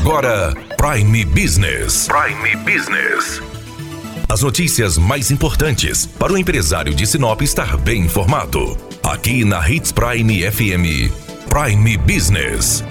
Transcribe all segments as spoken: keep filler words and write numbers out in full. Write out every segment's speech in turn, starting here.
Agora, Prime Business. Prime Business. As notícias mais importantes para o empresário de Sinop estar bem informado. Aqui na Hits Prime F M. Prime Business.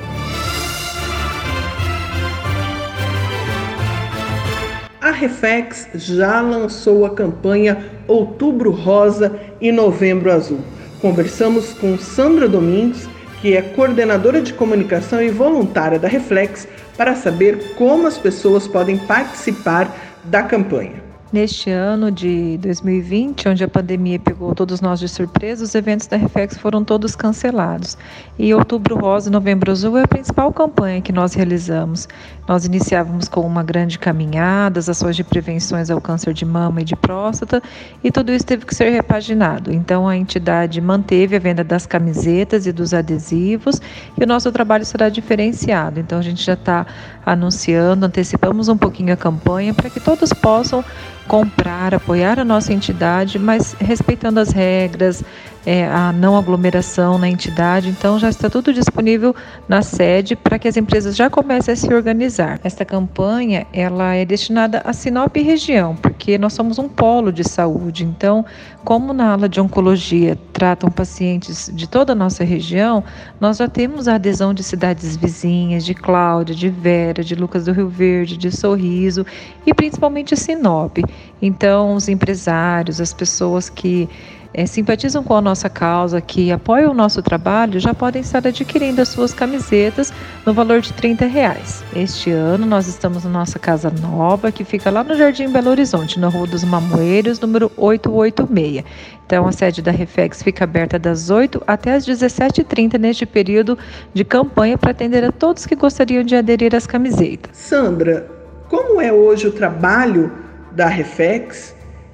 A Refex já lançou a campanha Outubro Rosa e Novembro Azul. Conversamos com Sandra Domingues, que é coordenadora de comunicação e voluntária da Reflex, para saber como as pessoas podem participar da campanha. Neste ano de dois mil e vinte, onde a pandemia pegou todos nós de surpresa, os eventos da Refex foram todos cancelados. E Outubro Rosa e Novembro Azul é a principal campanha que nós realizamos. Nós iniciávamos com uma grande caminhada, as ações de prevenções ao câncer de mama e de próstata, e tudo isso teve que ser repaginado. Então a entidade manteve a venda das camisetas e dos adesivos, e o nosso trabalho será diferenciado. Então a gente já está anunciando, antecipamos um pouquinho a campanha para que todos possam comprar, apoiar a nossa entidade, mas respeitando as regras, é, a não aglomeração na entidade. Então já está tudo disponível na sede para que as empresas já comecem a se organizar. Esta campanha ela é destinada a Sinop e região, porque nós somos um polo de saúde. Então, como na ala de oncologia tratam pacientes de toda a nossa região, nós já temos a adesão de cidades vizinhas, de Cláudia, de Vera, de Lucas do Rio Verde, de Sorriso e principalmente Sinop. Então, os empresários, as pessoas que É, simpatizam com a nossa causa, que apoiam o nosso trabalho, já podem estar adquirindo as suas camisetas no valor de trinta reais. Este ano nós estamos na nossa casa nova, que fica lá no Jardim Belo Horizonte, na Rua dos Mamoeiros, número oitocentos e oitenta e seis. Então a sede da Refex fica aberta das oito até as dezessete e trinta neste período de campanha para atender a todos que gostariam de aderir às camisetas. Sandra, como é hoje o trabalho da Refex?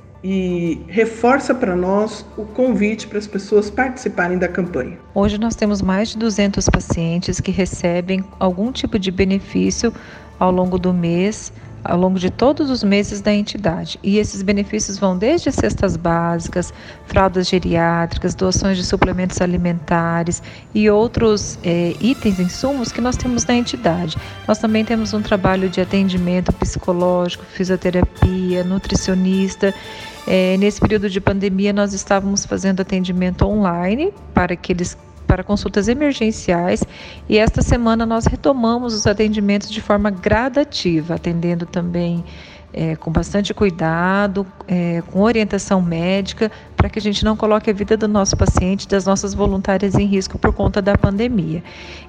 E reforça para nós o convite para as pessoas participarem da campanha. Hoje nós temos mais de duzentos pacientes que recebem algum tipo de benefício ao longo do mês, ao longo de todos os meses da entidade. E esses benefícios vão desde cestas básicas, fraldas geriátricas, doações de suplementos alimentares e outros é, itens, insumos que nós temos na entidade. Nós também temos um trabalho de atendimento psicológico, fisioterapia, nutricionista. É, nesse período de pandemia, nós estávamos fazendo atendimento online para aqueles para consultas emergenciais, e esta semana nós retomamos os atendimentos de forma gradativa, atendendo também é, com bastante cuidado, é, com orientação médica, para que a gente não coloque a vida do nosso paciente, das nossas voluntárias em risco por conta da pandemia.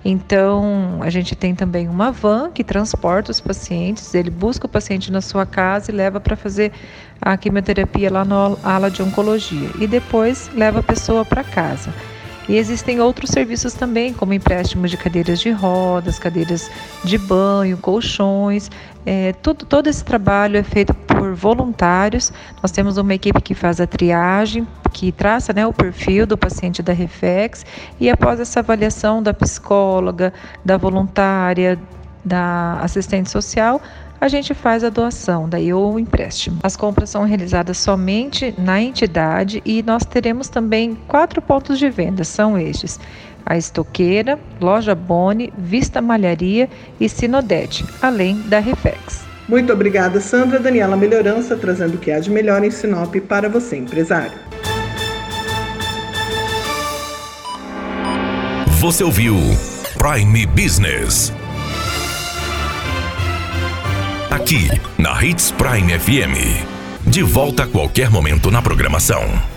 Então, a gente tem também uma van que transporta os pacientes, ele busca o paciente na sua casa e leva para fazer a quimioterapia lá na ala de oncologia, e depois leva a pessoa para casa. E existem outros serviços também, como empréstimos de cadeiras de rodas, cadeiras de banho, colchões. É, tudo, todo esse trabalho é feito por voluntários. Nós temos uma equipe que faz a triagem, que traça, né, o perfil do paciente da Refex, e após essa avaliação da psicóloga, da voluntária, da assistente social, a gente faz a doação, daí o empréstimo. As compras são realizadas somente na entidade e nós teremos também quatro pontos de venda, são estes: a Estoqueira, Loja Boni, Vista Malharia e Sinodete, além da Refex. Muito obrigada, Sandra. Daniela Melhorança, trazendo o que há de melhor em Sinop para você, empresário. Você ouviu Prime Business. Aqui, na Hits Prime F M. De volta a qualquer momento na programação.